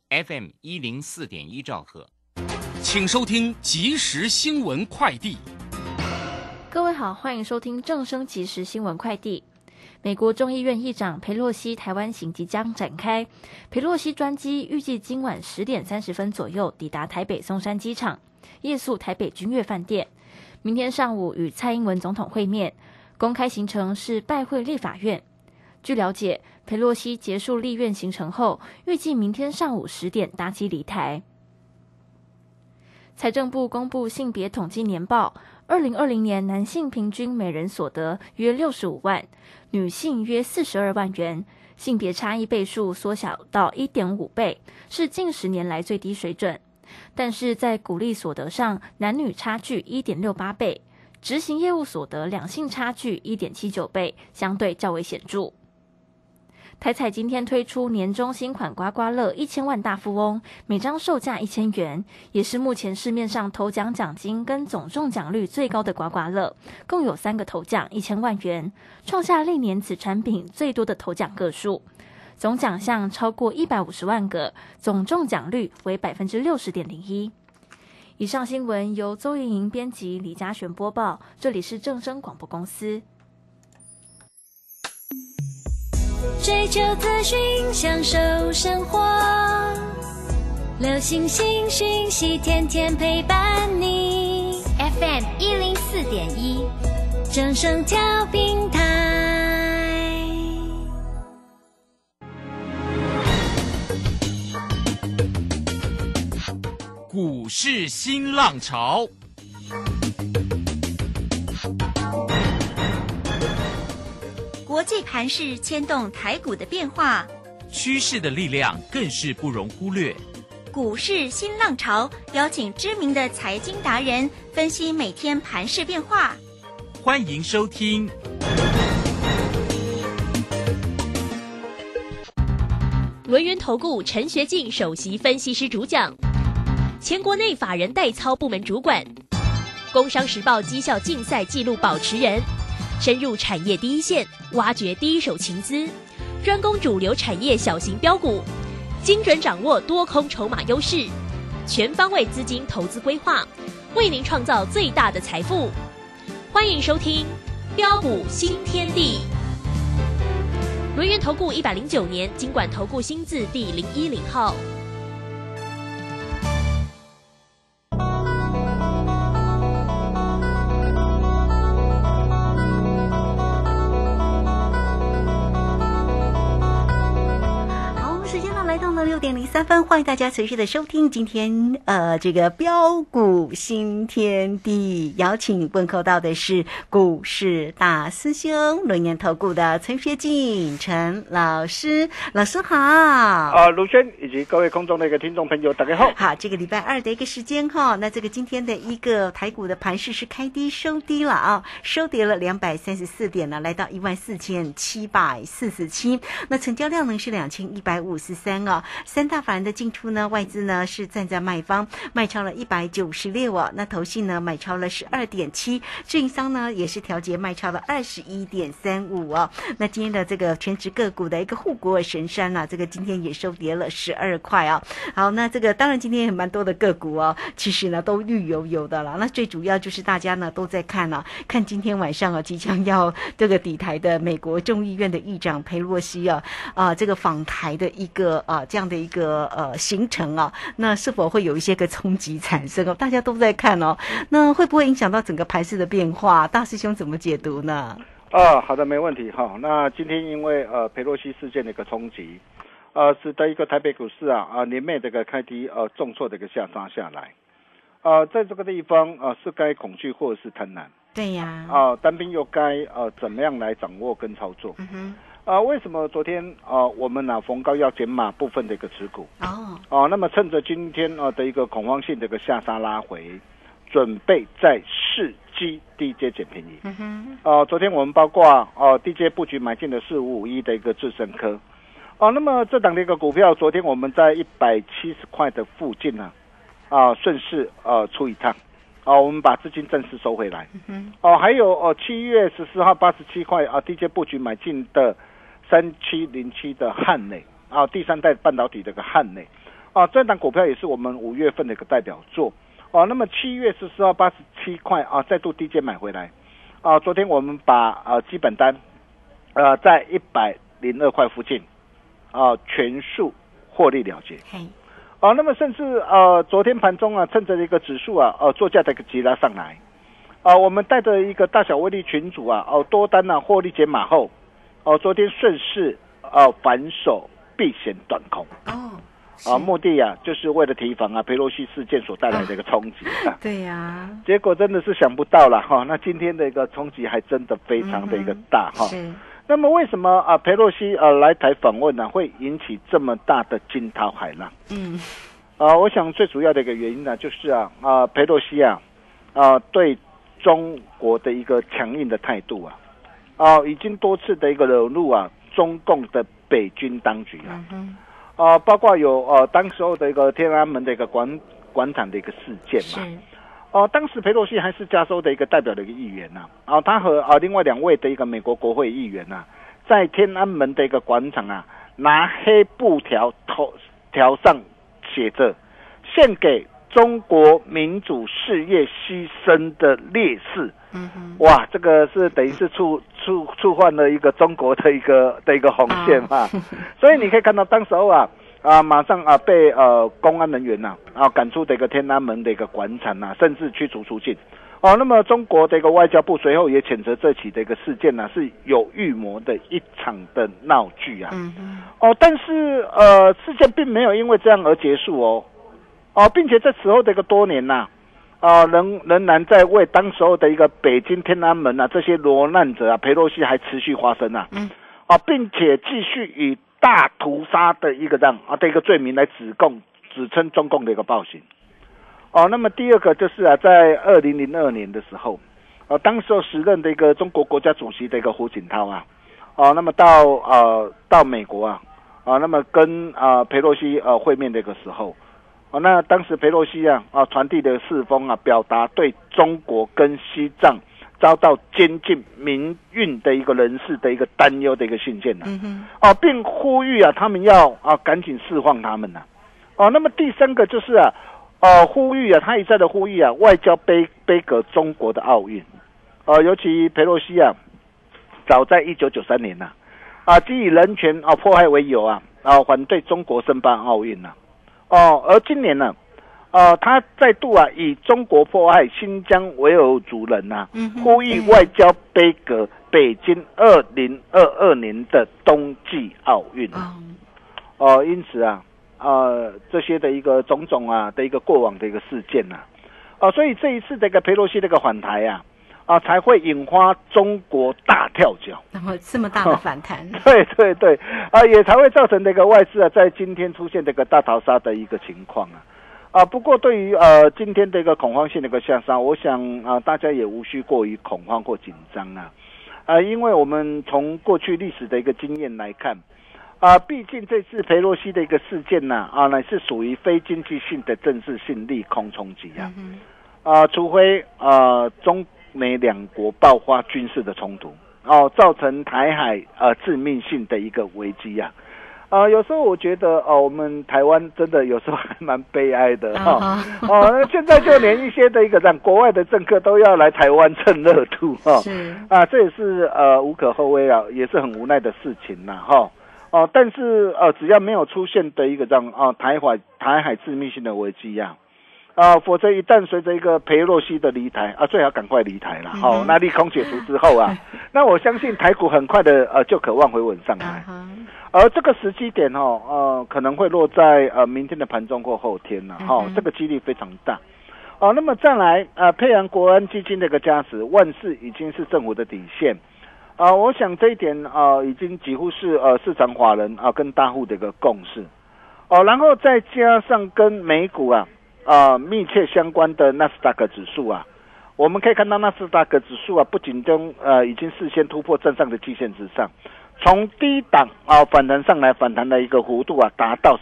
FM104.1兆赫。 请收听即时新闻快递。 各位好，欢迎收听正声即时新闻快递。美国众议院议长裴洛西台湾行即将展开，裴洛西专机预计今晚10点30分左右抵达台北松山机场，夜宿台北君悦饭店，明天上午与蔡英文总统会面，公开行程是拜会立法院。据了解，裴洛西结束立院行程后，预计明天上午10点搭机离台。财政部公布性别统计年报，2020年男性平均每人所得约65万，女性约42万元，性别差异倍数缩小到 1.5 倍，是近10年来最低水准。但是在股利所得上，男女差距 1.68 倍，执行业务所得两性差距 1.79 倍，相对较为显著。台彩今天推出年终新款刮刮乐1000万大富翁，每张售价1000元，也是目前市面上头奖奖金跟总中奖率最高的刮刮乐，共有3个头奖1000万元，创下历年此产品最多的头奖个数，总奖项超过150万个，总中奖率为 60.01%。以上新闻由邹莹莹编辑，李嘉璇播报，这里是正声广播公司。 追求资讯，享受生活，流行新讯息，天天陪伴你。FM104.1，正声调频台。 股市新浪潮， 国际盘势牵动台股的变化， 趋势的力量更是不容忽略。 股市新浪潮邀请知名的财经达人分析每天盘势变化。 欢迎收听轮源投顾陈学进首席分析师主讲，前国内法人代操部门主管，工商时报绩效竞赛纪录保持人，深入产业第一线，挖掘第一手情资，专攻主流产业小型标股，精准掌握多空筹码优势，全方位资金投资规划，为您创造最大的财富。欢迎收听标股新天地。轮源投顾109年金管投顾新字第010号。 6点03分，欢迎大家持续的收听今天这个标股新天地，邀请问候到的是股市大师兄轮源投顾的陈学进陈老师，老师好。 卢轩以及各位空中的一个听众朋友大家好。 好，这个礼拜二的一个时间哈，那这个今天的一个台股的盘势是开低收低了啊，收跌了234点呢，来到14747，那成交量呢是2153啊。三大法人的进出呢，外资呢是站在卖方，卖超了196啊，那投信呢买超了12.7，自营商呢也是调节卖超了21.35啊。那今天的这个全指个股的一个护国神山啊，这个今天也收跌了12块啊。好，那这个当然今天也蛮多的个股哦，其实呢都绿油油的了。那最主要就是大家呢都在看啊，看今天晚上啊即将要这个抵台的美国众议院的议长裴洛西啊这个访台的一个这样的一个行程啊，那是否会有一些个冲击产生哦？大家都在看哦，那会不会影响到整个盘势的变化？大师兄怎么解读呢？ 好的，没问题哈。那今天因为裴洛西事件的一个冲击，使得一个台北股市年内的一个开低重挫的一个下杀下来，在这个地方是该恐惧或者是贪婪？ 对呀。 单兵又该怎么样来掌握跟操作？为什么昨天我们逢高要减码部分的一个持股？那么趁着今天的一个恐慌性的一个下杀拉回，准备在伺机低阶捡便宜。昨天我们包括低阶布局买进的4551的一个智胜科。那么这档的一个股票，昨天我们在170块的附近呢，顺势出一趟。我们把资金正式收回来。还有7月14号87块低阶布局买进的3707的汉磊第三代半导体的一个汉磊这档股票也是我们5月份的一个代表作。那么7月14号87块再度低阶买回来。昨天我们把基本单在102块附近全数获利了结。那么甚至昨天盘中趁着一个指数作价的一个急拉上来，我们带着一个大小威力群组多单获利解码后，昨天顺势反手避险短空。目的就是为了提防裴洛西事件所带来的一个冲击。 对呀， 结果真的是想不到了那今天的一个冲击还真的非常的一个大那么为什么裴洛西来台访问会引起这么大的惊涛骇浪？我想最主要的一个原因就是裴洛西对中国的一个强硬的态度已经多次的一个惹怒中共的北军当局包括有当时候的一个天安门的一个广场的一个事件嘛。当时裴洛西还是加州的一个代表的一个议员他和另外2位的一个美国国会议员在天安门的一个广场拿黑布条上写着献给中国民主事业牺牲的烈士。哇，这个是等于是触犯了一个中国的一个红线所以你可以看到当时候马上被公安人员赶出的一个天安门的一个广场甚至驱逐出境。那么中国的一个外交部随后也谴责这起的一个事件是有预谋的一场的闹剧但是事件并没有因为这样而结束并且在此后的一个多年仍然在为当时候的一个北京天安门这些罹难者裴洛西还持续发声并且继续以大屠杀的一个罪名来指称中共的一个暴行。那么第二个就是在2002年的时候，当时候时任的一个中国国家主席的一个胡锦涛那么到美国那么跟裴洛西会面的一个时候。那当时裴洛西传递的世风表达对中国跟西藏遭到监禁民运的一个人士的一个担忧的一个信件并呼吁他们要赶紧释放他们那么第三个就是呼吁他一再的呼吁外交杯葛中国的奥运尤其裴洛西早在1993年基以人权迫害为由反对中国申办奥运而今年他再度以中国迫害新疆维吾尔族人呼吁外交杯葛北京2022年的冬季奥运因此这些的一个种种的一个过往的一个事件所以这一次这个裴洛西这个反台才会引发中国大跳脚， 然后这么大的反弹。 对对对，也才会造成这个外资在今天出现这个大逃杀的一个情况不过对于今天的一个恐慌性的一个下杀，我想大家也无需过于恐慌或紧张因为我们从过去历史的一个经验来看毕竟这次裴洛西的一个事件乃是属于非经济性的政治性利空冲击除非中美两国爆发军事的冲突造成台海致命性的一个危机有时候我觉得我们台湾真的有时候还蛮悲哀的现在就连一些的一个让国外的政客都要来台湾蹭热度这也是无可厚非也是很无奈的事情但是只要没有出现的一个让台海致命性的危机否则一旦随着一个裴洛西的离台最好赶快离台了那利空解除之后那我相信台股很快的就可望回稳上来而这个时机点可能会落在明天的盘中或后天这个几率非常大那么再来配合国安基金的一个加持，万事已经是政府的底线我想这一点已经几乎是市场法人跟大户的一个共识然后再加上跟美股密切相关的纳斯达克指数我们可以看到纳斯达克指数不仅已经事先突破站上的季线之上，从低档反弹上来，反弹的一个幅度达到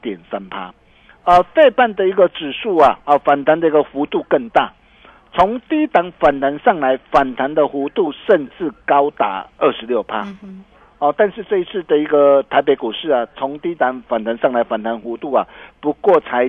18.3%费半的一个指数反弹的一个幅度更大，从低档反弹上来，反弹的幅度甚至高达 26%。 但是这一次的一个台北股市啊，从低档反弹上来，反弹幅度啊，不过才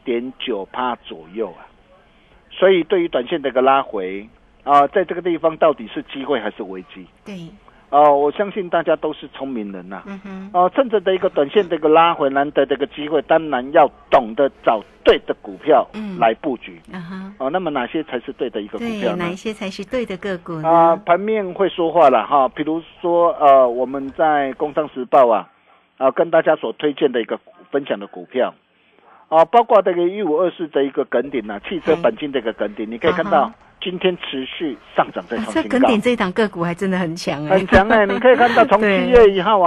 7.9%左右啊，所以对于短线的一个拉回在这个地方到底是机会还是危机？ 对。 我相信大家都是聪明人呐。趁着的一个短线的一个拉回，难得的一个机会，当然要懂得找对的股票来布局。那么哪些才是对的一个股票呢？ 哪一些才是对的个股呢？ 盘面会说话了哈，比如说我们在《工商时报》跟大家所推荐的一个分享的股票包括这个1524的一个耿鼎汽车钣金的一个耿鼎，你可以看到。今天持续上涨在创新高， 耿鼎这一档个股还真的很强很强你可以看到从7月1号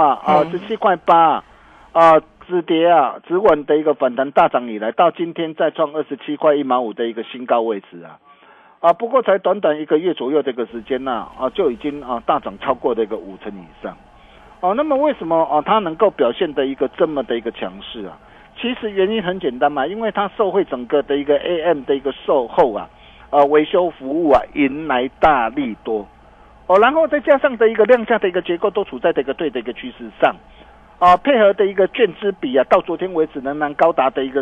17.8止跌止稳的一个反弹大涨以来，到今天再创27块1毛5的一个新高位置不过才短短1个月左右的一个时间就已经大涨超过的一个50%以上那么为什么它能够表现的一个这么的一个强势其实原因很简单嘛，因为它受惠整个的一个 AM 的一个售后维修服务迎来大利多然后再加上的一个量价的一个结构都处在这个对的一个趋势上配合的一个券资比到昨天为止仍然高达的一个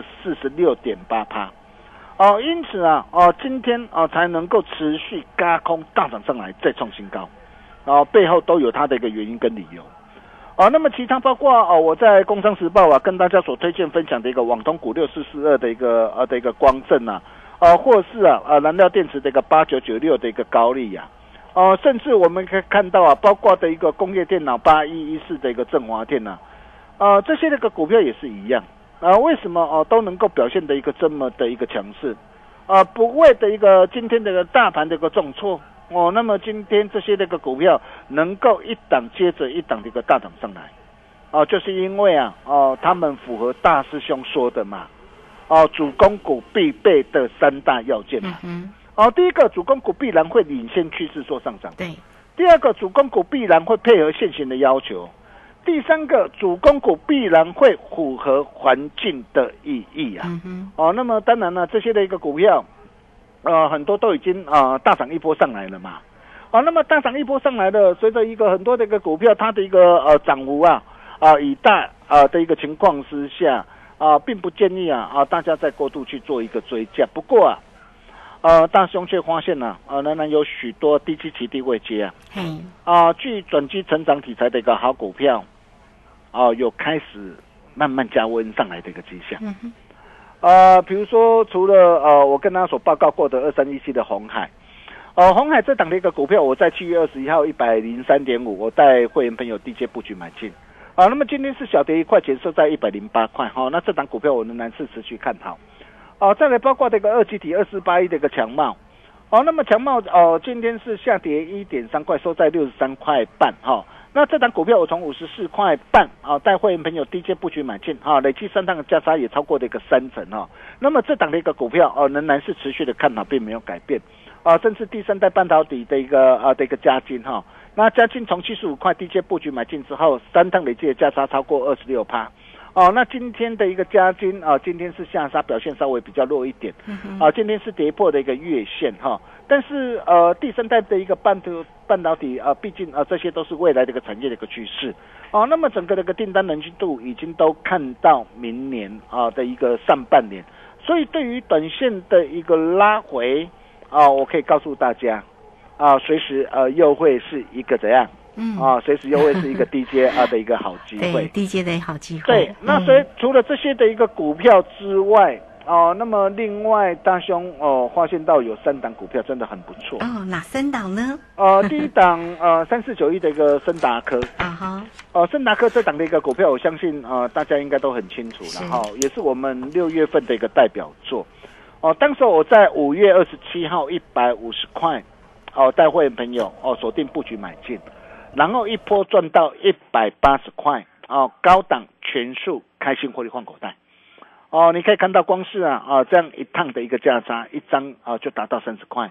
46.8%因此今天才能够持续軋空大涨上来再创新高背后都有它的一个原因跟理由那么其他包括我在《工商时报》跟大家所推荐分享的一个网通股6442的一个光正或是燃料电池的一个8996的一个高利甚至我们可以看到包括的一个工业电脑8114的一个振华电这些那个股票也是一样为什么都能够表现的一个这么的一个强势不为的一个今天的大盘的一个重挫那么今天这些那个股票能够一档接着一档的一个大涨上来就是因为他们符合大师兄说的嘛主攻股必备的3大要件第一个，主攻股必然会领先趋势做上涨。 对。 第二个，主攻股必然会配合现行的要求。第三个，主攻股必然会符合环境的意义那么当然了，这些的一个股票，很多都已经大涨一波上来了嘛。那么大涨一波上来了，随着一个很多的一个股票，它的一个涨幅以大的一个情况之下。并不建议大家再过度去做一个追价。不过大兄却发现仍然有许多低基期低位接具转机成长题材的一个好股票有开始慢慢加温上来的一个迹象比如说除了我跟大家所报告过的2317的鸿海鸿海这档的一个股票，我在7月21号103.5，我带会员朋友低阶布局买进那么今天是小跌1块钱，收在108块那这档股票我仍然是持续看好再来包括这个2集体2481的一个强茂那么强茂今天是下跌1.3块，收在63块半那这档股票我从54块半带会员朋友低阶布局买进累计3档的价差也超过的一个3成那么这档的一个股票仍然是持续的看好，并没有改变甚至第三代半导体的一个嘉晶那嘉晶从75块低阶布局买进之后，3趟累计的价差超过26%那今天的一个嘉晶今天是下杀，表现稍微比较弱一点今天是跌破的一个月线但是第三代的一个半导体毕竟这些都是未来的一个产业的一个趋势那么整个的一个订单能见度已经都看到明年的一个上半年，所以对于短线的一个拉回我可以告诉大家随时又会是一个怎样随时又会是一个低阶的一个好机会， 对，低阶的好机会。 对，那所以除了这些的一个股票之外那么另外大兄发现到有3档股票真的很不错哪3档呢？ 第一档3491的一个森达科森达科这档的一个股票，我相信大家应该都很清楚了也是我们6月份的一个代表作当时我在5月27号150块带会员朋友锁定布局买进，然后一波赚到180块高档全数开心获利换口袋你可以看到光是这样一趟的一个价差，一张就达到30块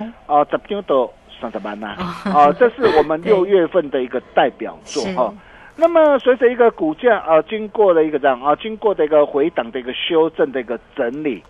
10张都30万这是我们6月份的一个代表作那么随着一个股价经过了一个这样经过的一个回档的一个修正的一个整理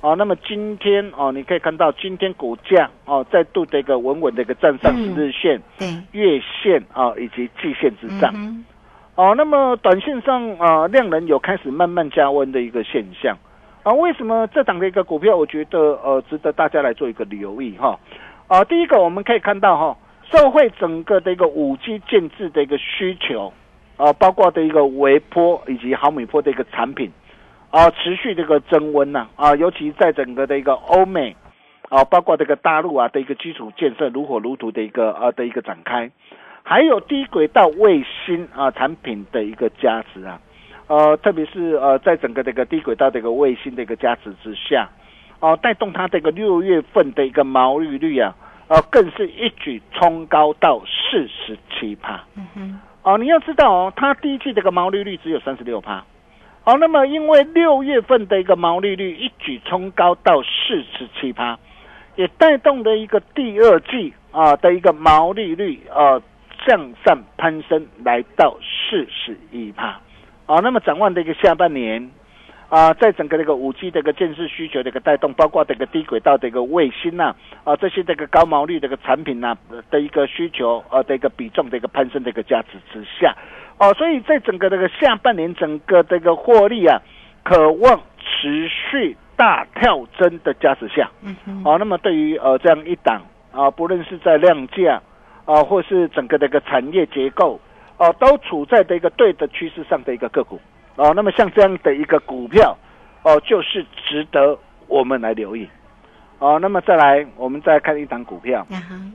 那么今天你可以看到今天股价再度的一个稳稳的一个站上10日线、月线以及季线之上。那么短线上量能有开始慢慢加温的一个现象。为什么这档的一个股票我觉得值得大家来做一个留意哈？第一个我们可以看到受惠整个的一个5G 建制的一个需求包括的一个微波以及毫米波的一个产品持续这个增温尤其在整个的一个欧美包括这个大陆的一个基础建设如火如荼的一个展开，还有低轨道卫星产品的一个加持特别是在整个这个低轨道的一个卫星的一个加持之下带动它这个6月份的一个毛利率更是一举冲高到47%。你要知道它第一季这个毛利率只有36%。那么因为6月份的一个毛利率一举冲高到47%，也带动的一个第二季的一个毛利率向上攀升来到41%。那么展望的一个下半年在整个这个5G 的一个建设需求的一个带动，包括这个低轨道的一个卫星这些这个高毛利的一个产品的一个需求的一个比重的一个攀升的一个价值之下所以在整个这个下半年整个这个获利可望持续大跳增的加持下那么对于这样一档不论是在量价或是整个这个产业结构都处在的一个对的趋势上的一个个股那么像这样的一个股票就是值得我们来留意那么再来我们再看一档股票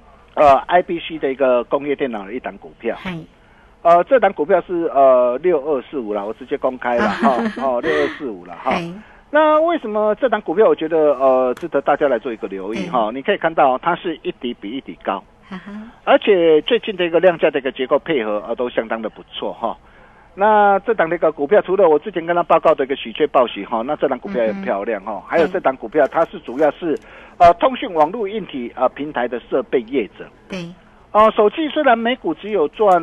IPC 的一个工业电脑的一档股票这档股票是6245啦，我直接公开了6245啦那为什么这档股票我觉得值得大家来做一个留意你可以看到它是一底比一底高而且最近的一个量价的一个结构配合都相当的不错那这档的一个股票除了我之前跟他报告的一个喜鹊报喜那这档股票也很漂亮还有这档股票它是主要是通讯网络硬体平台的设备业者对首季虽然每股只有赚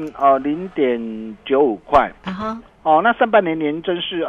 0.95块那上半年年增是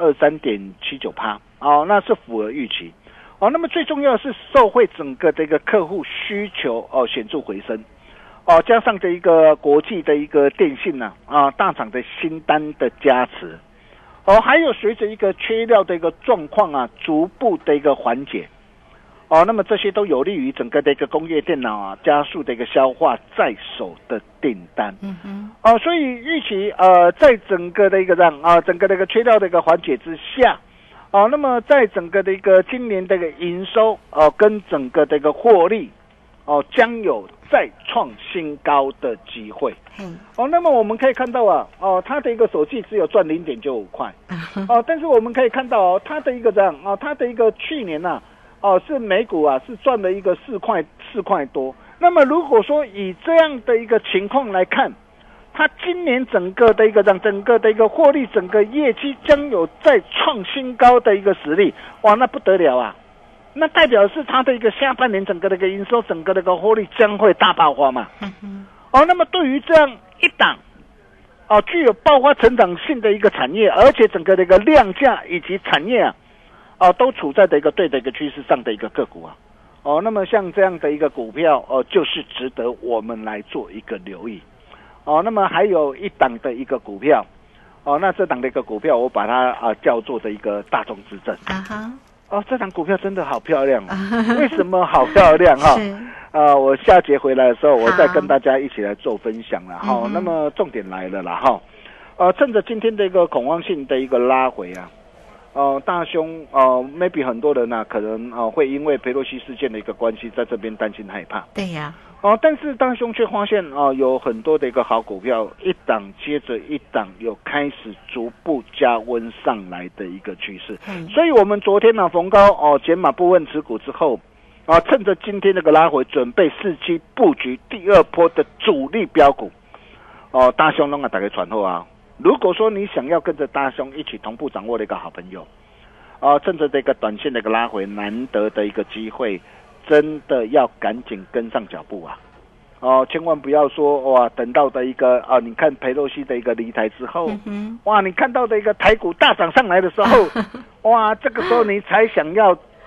23.79%那是符合预期那么最重要的是受惠整个这个客户需求显著回升加上这一个国际的一个电信大厂的新单的加持还有随着一个缺料的一个状况逐步的一个缓解那么这些都有利于整个的一个工业电脑加速的一个消化在手的订单所以预期在整个的一个整个的一个缺料的一个缓解之下那么在整个的一个今年的一个营收跟整个的一个获利将有再创新高的机会那么我们可以看到它的一个首季只有赚0.95块但是我们可以看到它的一个它的一个去年是每股是赚了一个4块多。那么如果说以这样的一个情况来看，它今年整个的一个获利，整个业绩将有再创新高的一个实力，那不得了那代表是它的一个下半年整个的一个营收，整个的一个获利将会大爆发嘛那么对于这样一档具有爆发成长性的一个产业，而且整个的一个量价以及产业都处在的一个对的一个趋势上的一个个股那么像这样的一个股票就是值得我们来做一个留意那么还有一档的一个股票那这档的一个股票我把它叫做的一个大众之正这档股票真的好漂亮为什么好漂亮我下节回来的时候我再跟大家一起来做分享了那么重点来了啦趁着今天的一个恐慌性的一个拉回大兄maybe 很多人可能会因为裴洛西事件的一个关系在这边担心害怕对呀但是大兄却发现有很多的一个好股票一档接着一档有开始逐步加温上来的一个趋势所以我们昨天逢高减码部分持股之后趁着今天那个拉回准备伺机布局第二波的主力标股大兄都大家传后如果说你想要跟着大兄一起同步掌握的一个好朋友趁着这个短线的一个拉回难得的一个机会真的要赶紧跟上脚步千万不要说等到的一个你看裴洛西的一个离台之后你看到的一个台股大涨上来的时候这个时候你才想要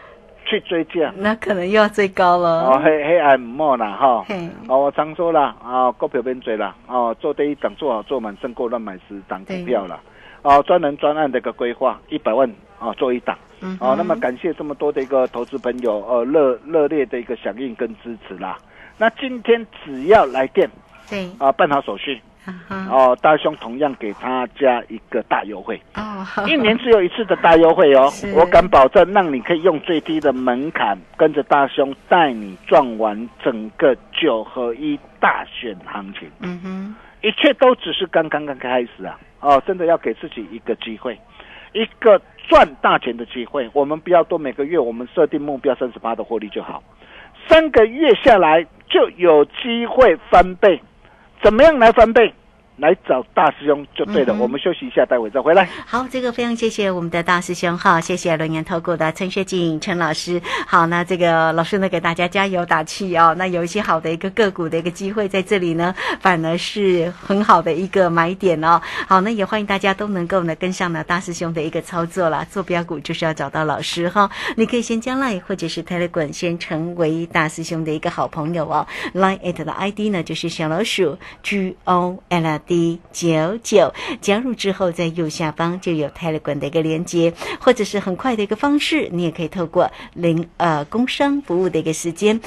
去追价， 那可能又要追高了。 黑暗莫啦哈。我常说啦股票别追啦做第一档做好做满胜过乱买10档股票啦专人专案的一个规划，100万做一档。那么感谢这么多的一个投资朋友热烈的一个响应跟支持啦。那今天只要来电， 对办好手续。大兄同样给他加一个大优惠1年只有一次的大优惠我敢保证让你可以用最低的门槛，跟着大兄带你赚完整个9合1大选行情。一切都只是刚刚开始真的要给自己一个机会，一个赚大钱的机会。我们不要多，每个月我们设定目标30%的获利就好，3个月下来就有机会翻倍。怎么样来翻倍？来找大师兄就对了。我们休息一下，待会再回来。 好，这个非常谢谢我们的大师兄哈，谢谢轮研投顾的陈学景陈老师。好，那这个老师呢给大家加油打气那有一些好的一个个股的一个机会在这里呢，反而是很好的一个买点好，那也欢迎大家都能够呢跟上呢大师兄的一个操作啦。做标股就是要找到老师哈，你可以先加 LINE 或者是 Telegram 先成为大师兄的一个好朋友LINE@ 的 ID 呢就是小老鼠 GOLD99，加入之后在右下方就有 Telegram 的一个连接，或者是很快的一个方式，你也可以透过工商服务的一个时间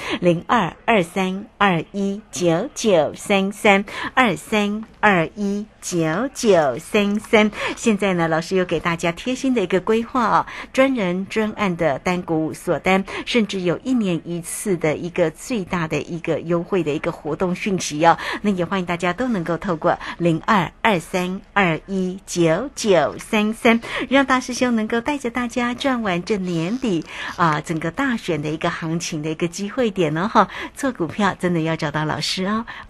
022321993323219933。现在呢，老师又给大家贴心的一个规划专人专案的单股锁单，甚至有1年1次的一个最大的一个优惠的一个活动讯息那也欢迎大家都能够透过0223219933，让大师兄能够带着大家赚完这年底整个大选的一个行情的一个机会点做股票真的要找到老师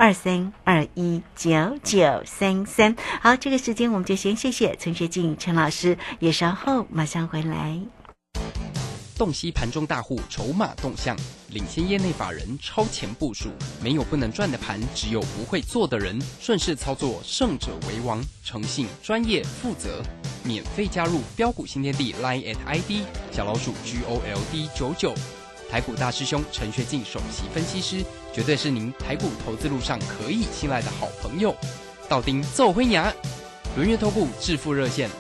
23219933。好，这个时间我们就先谢谢陈学静陈老师，也稍后马上回来。 洞悉盘中大户筹码动向，领先业内法人超前部署，没有不能赚的盘，只有不会做的人。顺势操作，胜者为王。诚信、专业、负责，免费加入标股新天地 LINE@ ID 小老鼠 GOLD99。台股大师兄陈学进首席分析师，绝对是您台股投资路上可以信赖的好朋友。道丁奏灰牙。轮源投顾致富热线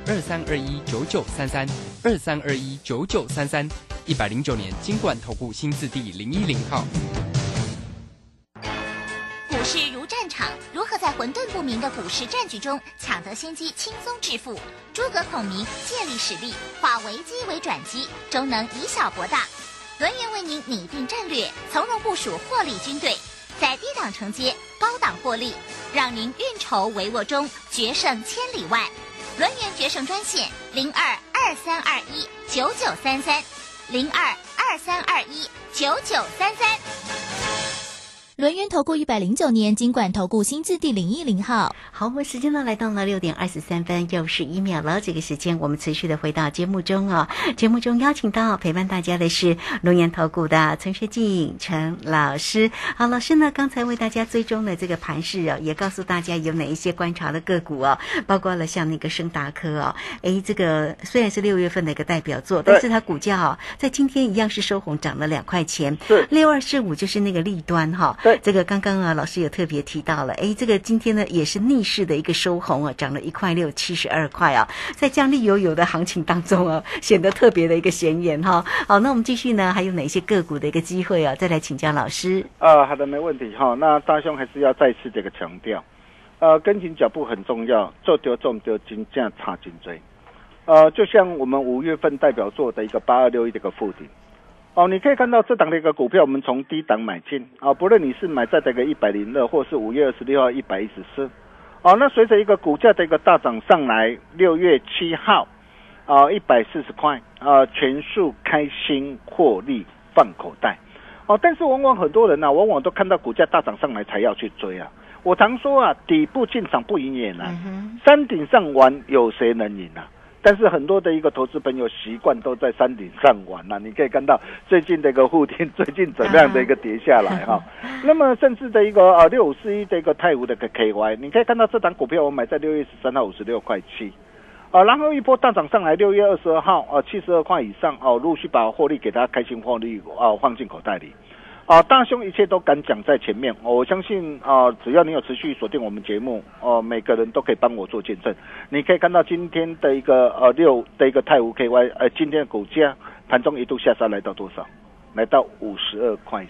022321993323219933，109年金管投顾新字第010号。 股市如战场，如何在混沌不明的股市战局中抢得先机，轻松致富？诸葛孔明借力使力，化危机为转机，终能以小博大。轮源为您拟定战略，从容部署获利军队，在低档承接，高档获利，让您运筹帷幄中决胜千里外。轮源决胜专线0223219933，0223219933。 轮源投顾109年金管投顾新字第010号。 好，我们时间呢来到了6点23分又11秒了。这个时间我们持续的回到节目中节目中邀请到陪伴大家的是轮源投顾的陈学静陈老师。好，老师呢刚才为大家追踪的这个盘势也告诉大家有哪一些观察的个股包括了像那个升达科这个虽然是6月份的一个代表作，但是它股价在今天一样是收红，涨了2块钱。 对 ，6245就是那个立端对， 这个刚刚老师有特别提到了，这个今天呢也是逆势的一个收红涨了1块6 72块在这样绿油油的行情当中显得特别的一个显眼好，那我们继续呢，还有哪些个股的一个机会再来请教老师。 好的，没问题那大兄还是要再次这个强调，跟紧脚步很重要，做丢中丢金价差紧追。就像我们5月份代表作的一个8261的一个附顶。你可以看到这档的一个股票，我们从低档买进不论你是买在这个102，或是5月26号114，那随着一个股价的一个大涨上来，6月7号140块全数开心获利放口袋但是往往很多人往往都看到股价大涨上来才要去追我常说底部进场不赢也难，山顶上玩有谁能赢但是很多的一个投资朋友习惯都在山顶上玩你可以看到最近的一个沪天最近怎么样的一个跌下来那么甚至的一个6541的一个太湖的一个 KY， 你可以看到这档股票我买在6月13号56块7 然后一波大涨上来，6月22号72块以上陆续把获利给它开心获利放进口袋里。大兄一切都敢讲在前面，我相信只要你有持续锁定我们节目，每个人都可以帮我做见证。你可以看到今天的一个6的一个泰晤 KY，今天的股价盘中一度下杀来到多少？来到52块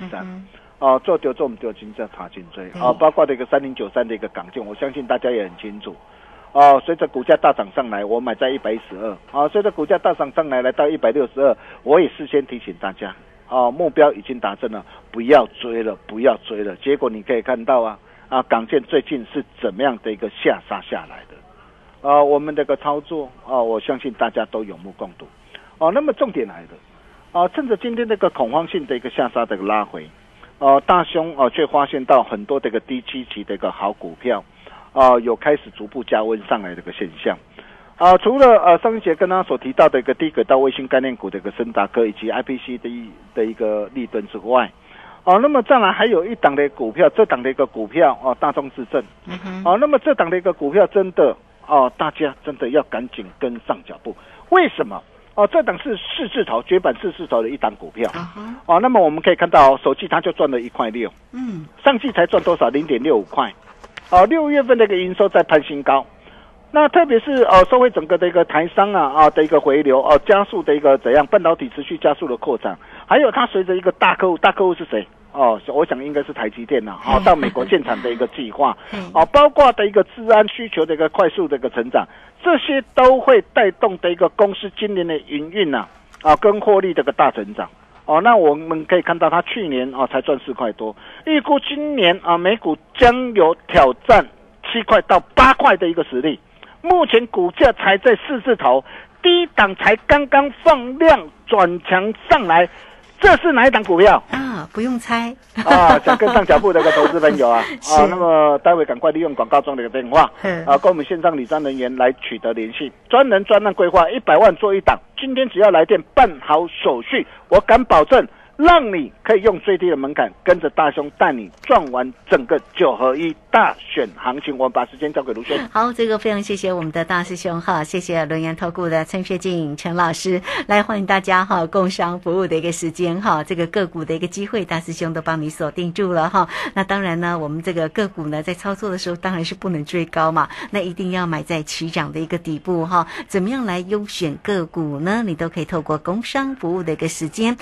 3。做丢做我们丢金价查颈椎包括这个3093的一个港建，我相信大家也很清楚。随着股价大涨上来，我买在112。随着股价大涨上来，来到162，我也事先提醒大家。目标已经达成了，不要追了，不要追了。结果你可以看到港建最近是怎么样的一个下杀下来的。我们这个操作我相信大家都有目共睹。那么重点来了，趁着今天这个恐慌性的一个下杀的一个拉回，大兄却发现到很多这个低基期的一个好股票，有开始逐步加温上来的一个现象。除了上一节跟他所提到的一个低轨道卫星概念股的一个森达科以及 IPC 的一个立敦之外，那么再来还有一档的股票，这档的一个股票大众智正，那么这档的一个股票真的大家真的要赶紧跟上脚步。为什么？这档是4字头绝版4字头的一档股票，那么我们可以看到首季它就赚了1.6块，上季才赚多少？0.65块，6月份的一个营收在攀新高。那特别是受惠整个的一个台商的一个回流加速的一个怎样半导体持续加速的扩展，还有它随着一个大客户是谁？我想应该是台积电到美国建厂的一个计划包括的一个治安需求的一个快速的一个成长，这些都会带动的一个公司今年的营运跟获利的一个大成长。那我们可以看到它去年才赚4块多，预估今年每股将有挑战7块到8块的一个实力。目前股价才在4字头，低档才刚刚放量转强上来，这是哪一档股票不用猜想跟上脚步的一个投资朋友那么待会赶快利用广告中的一个电话跟我们线上理专人员来取得联系，专案规划100万做一档，今天只要来电办好手续，我敢保证让你可以用最低的门槛跟着大兄带你赚完整个9合1大选行情。我们把时间交给卢轩。 好，这个非常谢谢我们的大师兄谢谢轮研投顾的陈学进陈老师，来欢迎大家工商服务的一个时间这个个股的一个机会大师兄都帮你锁定住了那当然呢，我们这个个股呢在操作的时候当然是不能追高嘛，那一定要买在起涨的一个底部怎么样来优选个股呢？你都可以透过工商服务的一个时间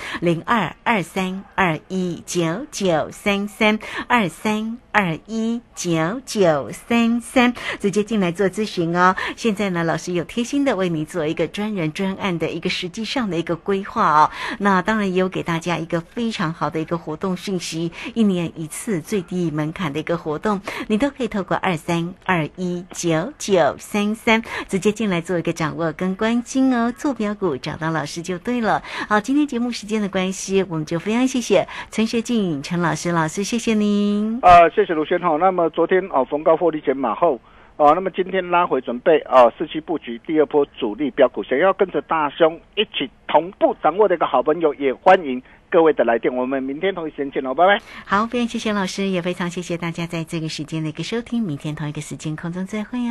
022321993323219933直接进来做咨询现在呢，老师有贴心的为你做一个专人专案的一个实际上的一个规划那当然也有给大家一个非常好的一个活动讯息，1年1次最低门槛的一个活动，你都可以透过23219933直接进来做一个掌握跟关心坐标股找到老师就对了。好，今天节目时间的关系，我们就非常谢谢陈学进陈老师，谢谢您。 谢谢卢轩那么昨天逢高获利减码后那么今天拉回准备四期布局第二波主力标股，想要跟着大兄一起同步掌握的一个好朋友，也欢迎各位的来电。我们明天同一时间见拜拜。 好，非常谢谢老师，也非常谢谢大家在这个时间的一个收听，明天同一个时间空中再会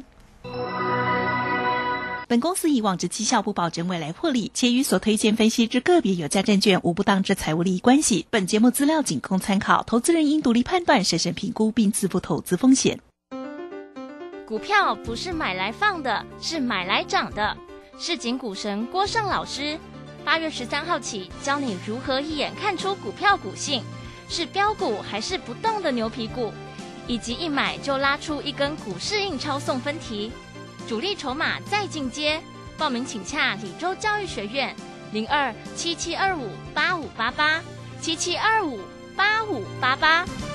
本公司以往之绩效不保证未来获利，且与所推荐分析之个别有价证券无不当之财务利益关系。本节目资料仅供参考，投资人应独立判断、审慎评估并自负投资风险。 股票不是买来放的，是买来涨的。市井股神郭胜老师8月13号起教你如何一眼看出股票股性，是标股还是不动的牛皮股，以及一买就拉出一根股市印钞送分题。主力筹码再进阶，报名请洽李州教育学院02-7725-8588 7725-8588。